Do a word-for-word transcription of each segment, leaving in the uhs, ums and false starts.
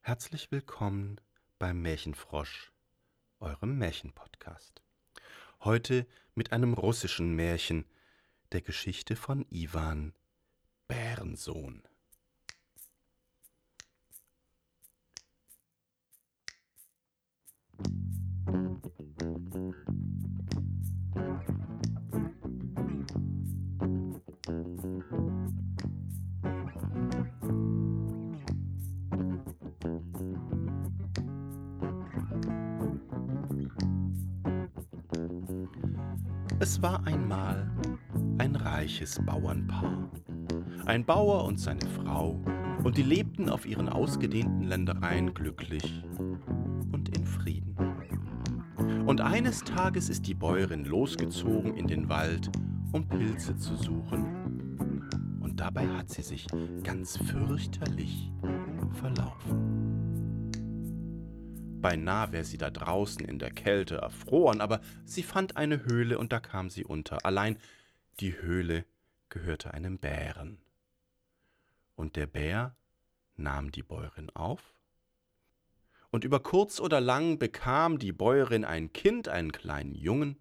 Herzlich willkommen beim Märchenfrosch, eurem Märchenpodcast. Heute mit einem russischen Märchen, der Geschichte von Iwan, Bärensohn. Es war einmal ein reiches Bauernpaar. Ein Bauer und seine Frau, und die lebten auf ihren ausgedehnten Ländereien glücklich und in Frieden. Und eines Tages ist die Bäuerin losgezogen in den Wald, um Pilze zu suchen. Und dabei hat sie sich ganz fürchterlich verlaufen. Beinahe wäre sie da draußen in der Kälte erfroren, aber sie fand eine Höhle und da kam sie unter. Allein die Höhle gehörte einem Bären. Und der Bär nahm die Bäuerin auf. Und über kurz oder lang bekam die Bäuerin ein Kind, einen kleinen Jungen.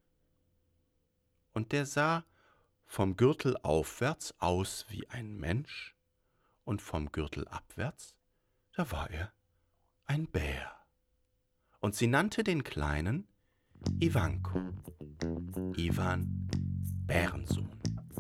Und der sah vom Gürtel aufwärts aus wie ein Mensch. Und vom Gürtel abwärts, da war er ein Bär. Und sie nannte den Kleinen Iwanko, Iwan, Bärensohn.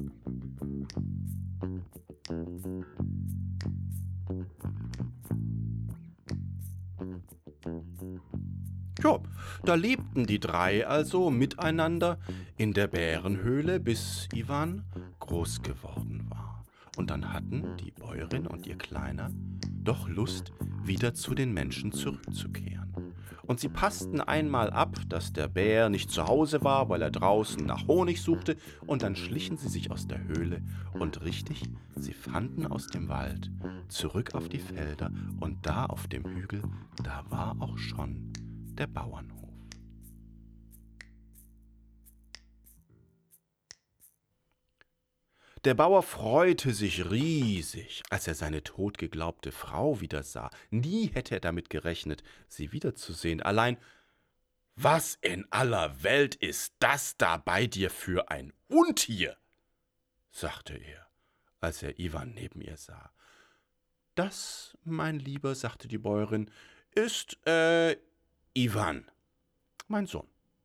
Ja, da lebten die drei also miteinander in der Bärenhöhle, bis Iwan groß geworden war. Und dann hatten die Bäuerin und ihr Kleiner doch Lust, wieder zu den Menschen zurückzukehren. Und sie passten einmal ab, dass der Bär nicht zu Hause war, weil er draußen nach Honig suchte, und dann schlichen sie sich aus der Höhle, und richtig, sie fanden aus dem Wald zurück auf die Felder, und da auf dem Hügel, da war auch schon der Bauernhof. Der Bauer freute sich riesig, als er seine totgeglaubte Frau wieder sah. Nie hätte er damit gerechnet, sie wiederzusehen. Allein, was in aller Welt ist das da bei dir für ein Untier? Sagte er, als er Iwan neben ihr sah. Das, mein Lieber, sagte die Bäuerin, ist, äh, Iwan, mein Sohn.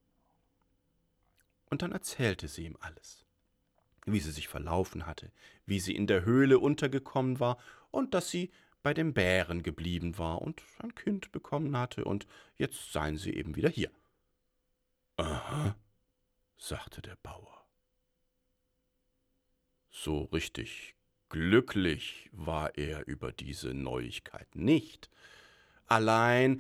Und dann erzählte sie ihm alles. Wie sie sich verlaufen hatte, wie sie in der Höhle untergekommen war und dass sie bei dem Bären geblieben war und ein Kind bekommen hatte, und jetzt seien sie eben wieder hier. Aha, sagte der Bauer. So richtig glücklich war er über diese Neuigkeit nicht. Allein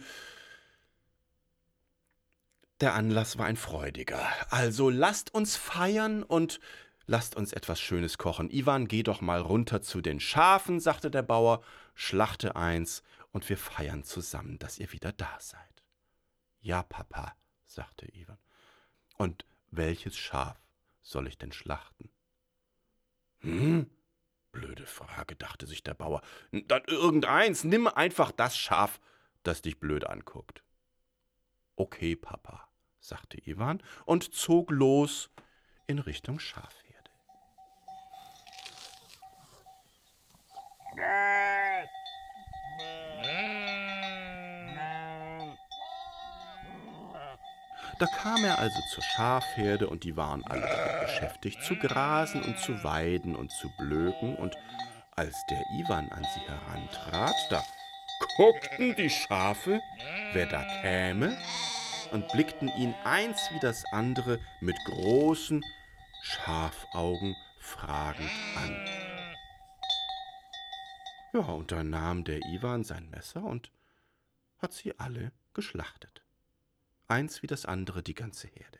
der Anlass war ein freudiger. Also lasst uns feiern und lasst uns etwas Schönes kochen. Iwan, geh doch mal runter zu den Schafen, sagte der Bauer, schlachte eins, und wir feiern zusammen, dass ihr wieder da seid. Ja, Papa, sagte Iwan. Und welches Schaf soll ich denn schlachten? Hm, blöde Frage, dachte sich der Bauer. Dann irgendeins, nimm einfach das Schaf, das dich blöd anguckt. Okay, Papa, sagte Iwan und zog los in Richtung Schafherde. Da kam er also zur Schafherde, und die waren alle damit beschäftigt, zu grasen und zu weiden und zu blöken, und als der Iwan an sie herantrat, da guckten die Schafe, wer da käme, und blickten ihn eins wie das andere mit großen Schafaugen fragend an. Ja, und da nahm der Iwan sein Messer und hat sie alle geschlachtet. Eins wie das andere, die ganze Herde.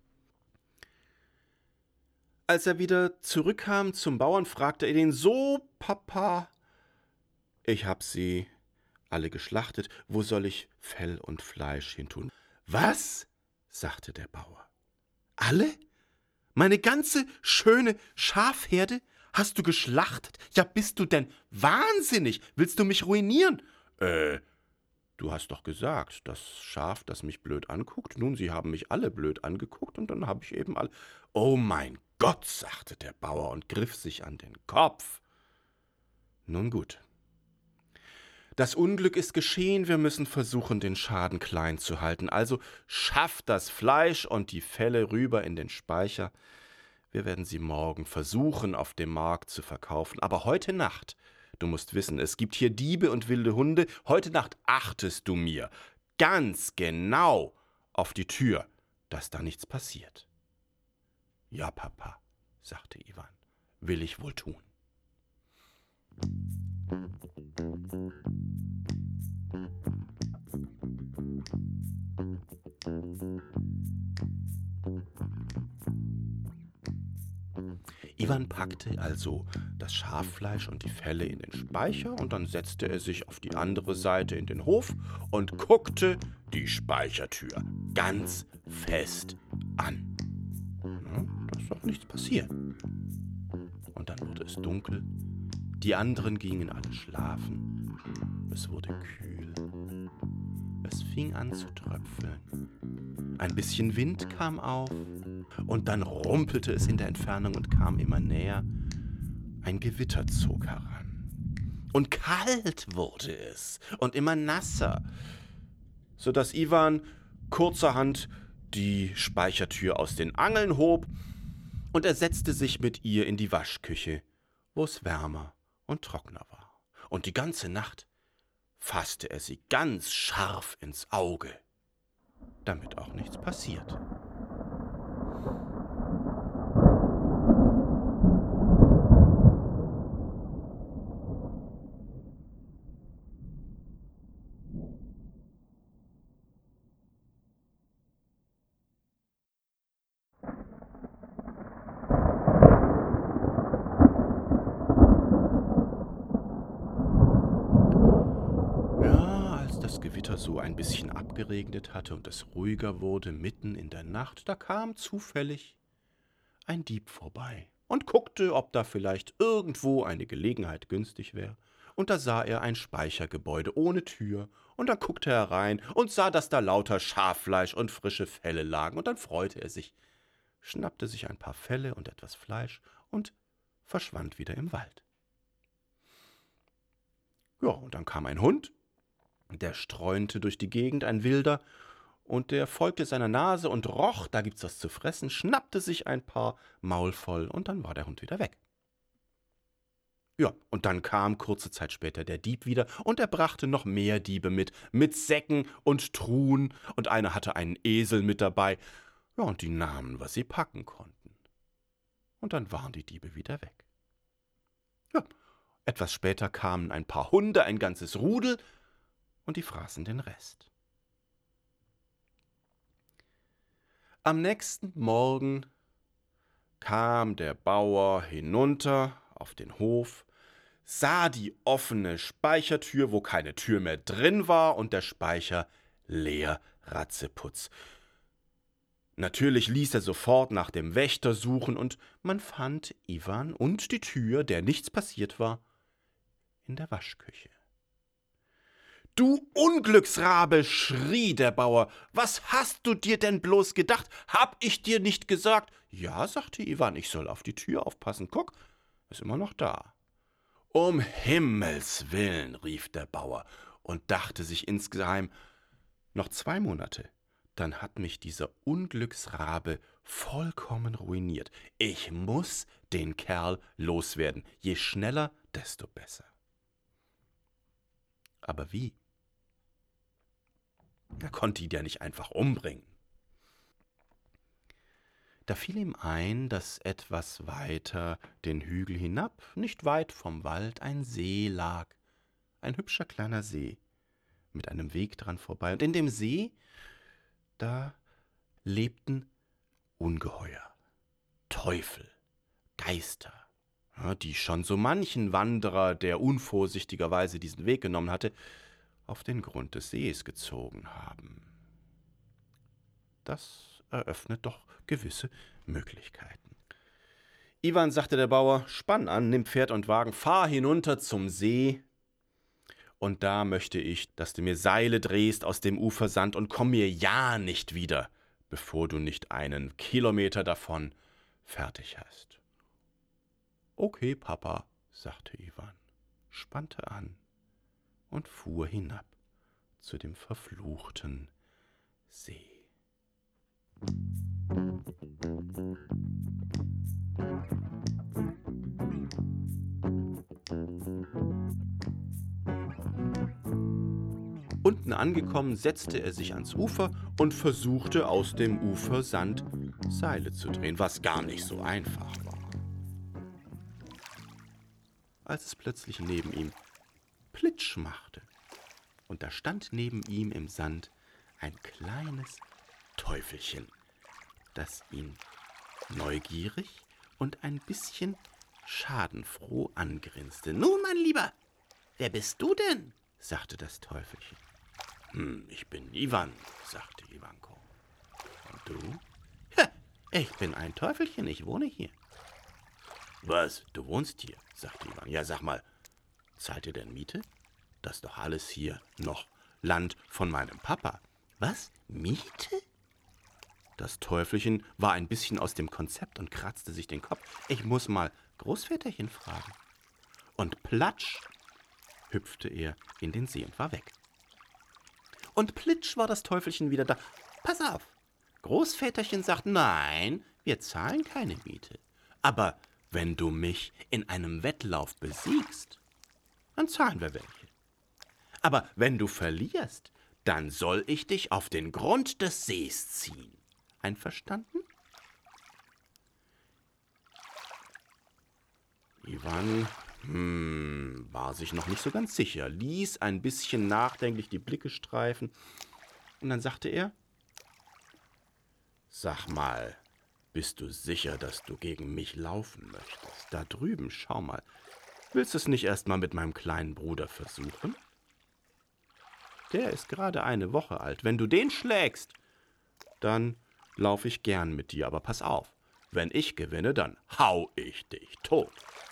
Als er wieder zurückkam zum Bauern, fragte er ihn: So, Papa, ich hab sie alle geschlachtet, wo soll ich Fell und Fleisch hintun? Was? Sagte der Bauer. Alle? Meine ganze schöne Schafherde hast du geschlachtet? Ja, bist du denn wahnsinnig? Willst du mich ruinieren? Äh, du hast doch gesagt, das Schaf, das mich blöd anguckt. Nun, sie haben mich alle blöd angeguckt und dann habe ich eben alle. Oh mein Gott, sagte der Bauer und griff sich an den Kopf. Nun gut. Das Unglück ist geschehen, wir müssen versuchen, den Schaden klein zu halten. Also schafft das Fleisch und die Felle rüber in den Speicher. Wir werden sie morgen versuchen, auf dem Markt zu verkaufen. Aber heute Nacht, du musst wissen, es gibt hier Diebe und wilde Hunde, heute Nacht achtest du mir ganz genau auf die Tür, dass da nichts passiert. Ja, Papa, sagte Iwan, will ich wohl tun. Iwan packte also das Schaffleisch und die Felle in den Speicher und dann setzte er sich auf die andere Seite in den Hof und guckte die Speichertür ganz fest an. Na, da ist doch nichts passiert. Und dann wurde es dunkel, die anderen gingen alle schlafen, es wurde kühl, es fing an zu tröpfeln, ein bisschen Wind kam auf und dann rumpelte es in der Entfernung und kam immer näher, ein Gewitter zog heran und kalt wurde es und immer nasser, so dass Iwan kurzerhand die Speichertür aus den Angeln hob und er setzte sich mit ihr in die Waschküche, wo es wärmer und trockener war. Und die ganze Nacht fasste er sie ganz scharf ins Auge, damit auch nichts passierte. Das Gewitter so ein bisschen abgeregnet hatte und es ruhiger wurde mitten in der Nacht, da kam zufällig ein Dieb vorbei und guckte, ob da vielleicht irgendwo eine Gelegenheit günstig wäre. Und da sah er ein Speichergebäude ohne Tür, und dann guckte er rein und sah, dass da lauter Schaffleisch und frische Felle lagen, und dann freute er sich, schnappte sich ein paar Felle und etwas Fleisch und verschwand wieder im Wald. Ja, und dann kam ein Hund, der streunte durch die Gegend, ein Wilder, und der folgte seiner Nase und roch, da gibt's was zu fressen, schnappte sich ein paar Maul voll, und dann war der Hund wieder weg. Ja, und dann kam kurze Zeit später der Dieb wieder, und er brachte noch mehr Diebe mit, mit Säcken und Truhen, und einer hatte einen Esel mit dabei, ja, und die nahmen, was sie packen konnten. Und dann waren die Diebe wieder weg. Ja, etwas später kamen ein paar Hunde, ein ganzes Rudel, und die fraßen den Rest. Am nächsten Morgen kam der Bauer hinunter auf den Hof, sah die offene Speichertür, wo keine Tür mehr drin war, und der Speicher leer, ratzeputz. Natürlich ließ er sofort nach dem Wächter suchen, und man fand Iwan und die Tür, der nichts passiert war, in der Waschküche. »Du Unglücksrabe«, schrie der Bauer, »was hast du dir denn bloß gedacht? Hab ich dir nicht gesagt?« »Ja«, sagte Iwan, »ich soll auf die Tür aufpassen. Guck, ist immer noch da.« »Um Himmels willen«, rief der Bauer und dachte sich insgeheim, »noch zwei Monate, dann hat mich dieser Unglücksrabe vollkommen ruiniert. Ich muß den Kerl loswerden. Je schneller, desto besser.« Aber wie? Er konnte ihn ja nicht einfach umbringen. Da fiel ihm ein, dass etwas weiter den Hügel hinab, nicht weit vom Wald, ein See lag. Ein hübscher kleiner See, mit einem Weg dran vorbei. Und in dem See, da lebten Ungeheuer, Teufel, Geister, ja, die schon so manchen Wanderer, der unvorsichtigerweise diesen Weg genommen hatte, auf den Grund des Sees gezogen haben. Das eröffnet doch gewisse Möglichkeiten. Iwan, sagte der Bauer, spann an, nimm Pferd und Wagen, fahr hinunter zum See Und da möchte ich, dass du mir Seile drehst aus dem Ufersand und komm mir ja nicht wieder, bevor du nicht einen Kilometer davon fertig hast. Okay, Papa, sagte Iwan, spannte an und fuhr hinab zu dem verfluchten See. Unten angekommen, setzte er sich ans Ufer und versuchte aus dem Ufersand Seile zu drehen, was gar nicht so einfach war. Als es plötzlich neben ihm Plitsch machte, und da stand neben ihm im Sand ein kleines Teufelchen, das ihn neugierig und ein bisschen schadenfroh angrinste. »Nun, mein Lieber, wer bist du denn?« sagte das Teufelchen. »Hm, ich bin Iwan«, sagte Iwanko. »Und du?« »Ja, ich bin ein Teufelchen, ich wohne hier.« »Was, du wohnst hier?« sagte Iwan. »Ja, sag mal, zahlt ihr denn Miete? Das ist doch alles hier noch Land von meinem Papa.« »Was, Miete?« Das Teufelchen war ein bisschen aus dem Konzept und kratzte sich den Kopf. »Ich muss mal Großväterchen fragen.« Und platsch hüpfte er in den See und war weg. Und plitsch war das Teufelchen wieder da. »Pass auf, Großväterchen sagt, nein, wir zahlen keine Miete. Aber wenn du mich in einem Wettlauf besiegst, dann zahlen wir welche. Aber wenn du verlierst, dann soll ich dich auf den Grund des Sees ziehen. Einverstanden?« Iwan hm, war sich noch nicht so ganz sicher, ließ ein bisschen nachdenklich die Blicke streifen, und dann sagte er, »Sag mal, bist du sicher, dass du gegen mich laufen möchtest? Da drüben, schau mal, willst du es nicht erst mal mit meinem kleinen Bruder versuchen? Der ist gerade eine Woche alt. Wenn du den schlägst, dann laufe ich gern mit dir, aber pass auf, wenn ich gewinne, dann hau ich dich tot.«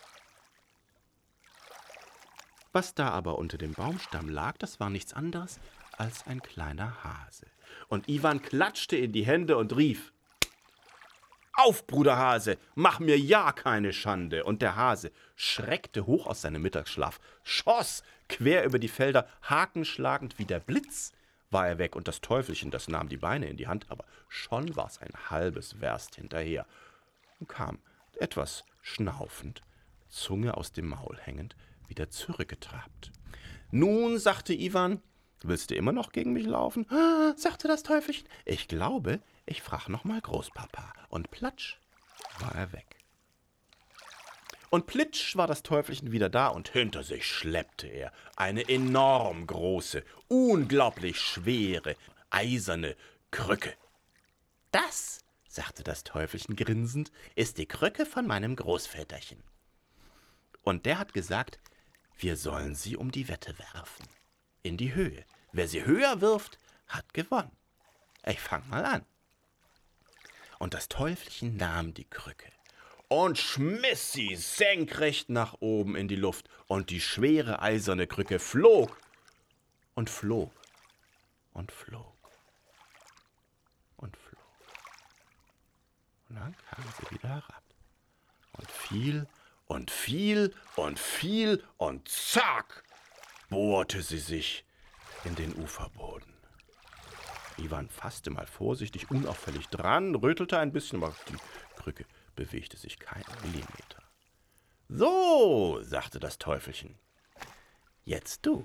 Was da aber unter dem Baumstamm lag, das war nichts anderes als ein kleiner Hase. Und Iwan klatschte in die Hände und rief, »Auf, Bruder Hase, mach mir ja keine Schande!« Und der Hase schreckte hoch aus seinem Mittagsschlaf, schoss quer über die Felder, hakenschlagend wie der Blitz war er weg, und das Teufelchen, das nahm die Beine in die Hand, aber schon war es ein halbes Werst hinterher und kam, etwas schnaufend, Zunge aus dem Maul hängend, wieder zurückgetrabt. »Nun«, sagte Iwan, »willst du immer noch gegen mich laufen?« ah, sagte das Teufelchen, »ich glaube, ich frag noch mal Großpapa.« Und platsch war er weg. Und plitsch war das Teufelchen wieder da, und hinter sich schleppte er eine enorm große, unglaublich schwere, eiserne Krücke. »Das«, sagte das Teufelchen grinsend, »ist die Krücke von meinem Großväterchen. Und der hat gesagt, wir sollen sie um die Wette werfen. In die Höhe. Wer sie höher wirft, hat gewonnen. Ich fang mal an.« Und das Teufelchen nahm die Krücke und schmiss sie senkrecht nach oben in die Luft, und die schwere eiserne Krücke flog und flog und flog und flog. Und dann kam sie wieder herab und fiel und fiel und fiel, und zack, bohrte sie sich in den Uferboden. Iwan fasste mal vorsichtig, unauffällig dran, rötelte ein bisschen, aber die Krücke bewegte sich keinen Millimeter. »So«, sagte das Teufelchen, »jetzt du.«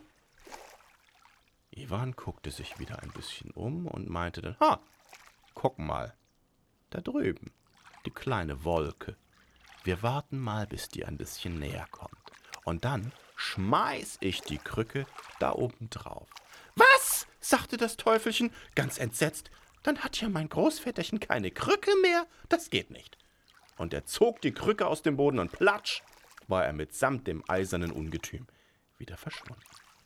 Iwan guckte sich wieder ein bisschen um und meinte dann, »Ha, guck mal, da drüben, die kleine Wolke. Wir warten mal, bis die ein bisschen näher kommt. Und dann schmeiß ich die Krücke da oben drauf.« »Was?«, sagte das Teufelchen, ganz entsetzt. »Dann hat ja mein Großväterchen keine Krücke mehr? Das geht nicht.« Und er zog die Krücke aus dem Boden, und platsch war er mitsamt dem eisernen Ungetüm wieder verschwunden.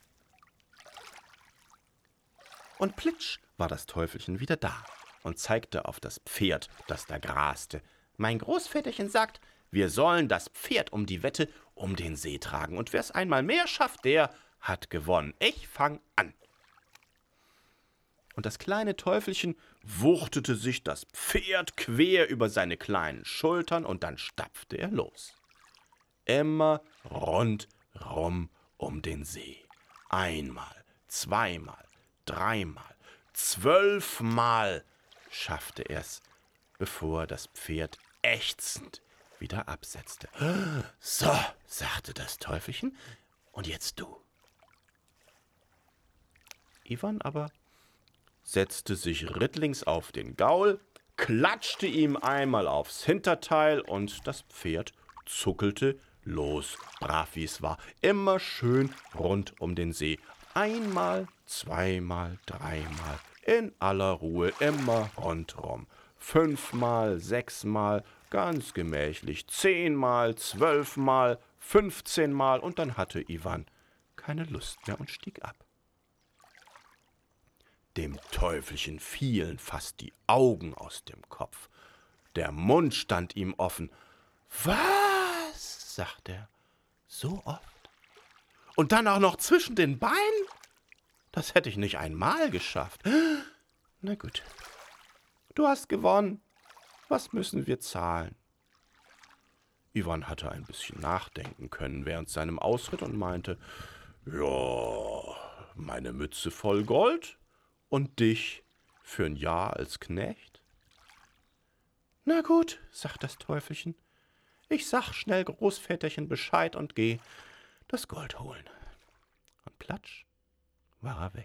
Und plitsch war das Teufelchen wieder da und zeigte auf das Pferd, das da graste. »Mein Großväterchen sagt, wir sollen das Pferd um die Wette um den See tragen, und wer es einmal mehr schafft, der hat gewonnen. Ich fang an. Und das kleine Teufelchen wuchtete sich das Pferd quer über seine kleinen Schultern und dann stapfte er los. Immer rundrum um den See. Einmal, zweimal, dreimal, zwölfmal schaffte er's, bevor das Pferd ächzend wieder absetzte. »So«, sagte das Teufelchen, »und jetzt du.« Iwan aber setzte sich rittlings auf den Gaul, klatschte ihm einmal aufs Hinterteil und das Pferd zuckelte los, brav wie es war, immer schön rund um den See. Einmal, zweimal, dreimal, in aller Ruhe, immer rundrum. Fünfmal, sechsmal, ganz gemächlich, zehnmal, zwölfmal, fünfzehnmal und dann hatte Iwan keine Lust mehr und stieg ab. Dem Teufelchen fielen fast die Augen aus dem Kopf. Der Mund stand ihm offen. »Was?«, sagte er, »so oft? Und dann auch noch zwischen den Beinen? Das hätte ich nicht einmal geschafft. Na gut, du hast gewonnen. Was müssen wir zahlen?« Iwan hatte ein bisschen nachdenken können während seinem Ausritt und meinte, »Ja, meine Mütze voll Gold und dich für ein Jahr als Knecht?« »Na gut«, sagt das Teufelchen, »ich sag schnell Großväterchen Bescheid und geh das Gold holen.« Und platsch war er weg.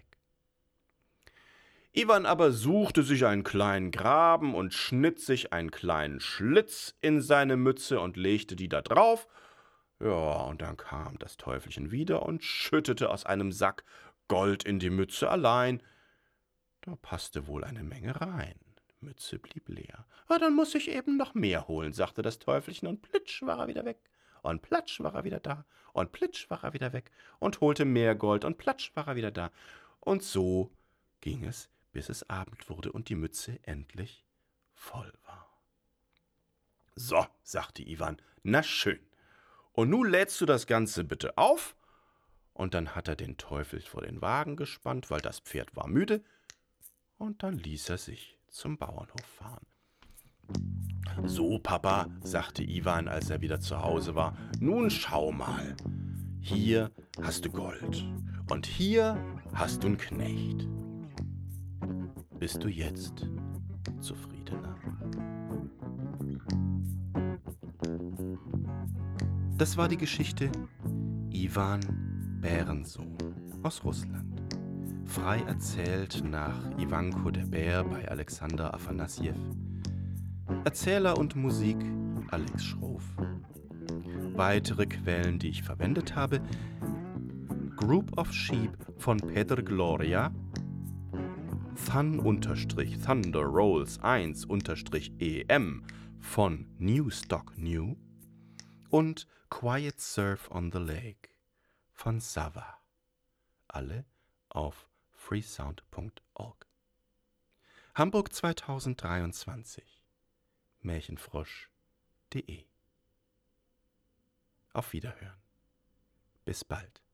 Iwan aber suchte sich einen kleinen Graben und schnitt sich einen kleinen Schlitz in seine Mütze und legte die da drauf. Ja, und dann kam das Teufelchen wieder und schüttete aus einem Sack Gold in die Mütze allein. Da passte wohl eine Menge rein. Mütze blieb leer. »Ja, dann muss ich eben noch mehr holen«, sagte das Teufelchen, und plitsch war er wieder weg. Und platsch war er wieder da. Und plitsch war er wieder weg. Und holte mehr Gold. Und platsch war er wieder da. Und so ging es, bis es Abend wurde und die Mütze endlich voll war. »So«, sagte Iwan, »na schön. Und nun lädst du das Ganze bitte auf.« Und dann hat er den Teufel vor den Wagen gespannt, weil das Pferd war müde. Und dann ließ er sich zum Bauernhof fahren. »So, Papa«, sagte Iwan, als er wieder zu Hause war, »nun schau mal. Hier hast du Gold und hier hast du einen Knecht. Bist du jetzt zufriedener?« Das war die Geschichte Iwan Bärensohn aus Russland. Frei erzählt nach Iwanko der Bär bei Alexander Afanassjew. Erzähler und Musik Alex Schroff. Weitere Quellen, die ich verwendet habe: Group of Sheep von Peter Gloria, Thun-Thunder Rolls eins E M von New Stock New und Quiet Surf on the Lake von Sava. Alle auf freesound punkt org. Hamburg zweitausenddreiundzwanzig. Märchenfrosch punkt de. Auf Wiederhören. Bis bald.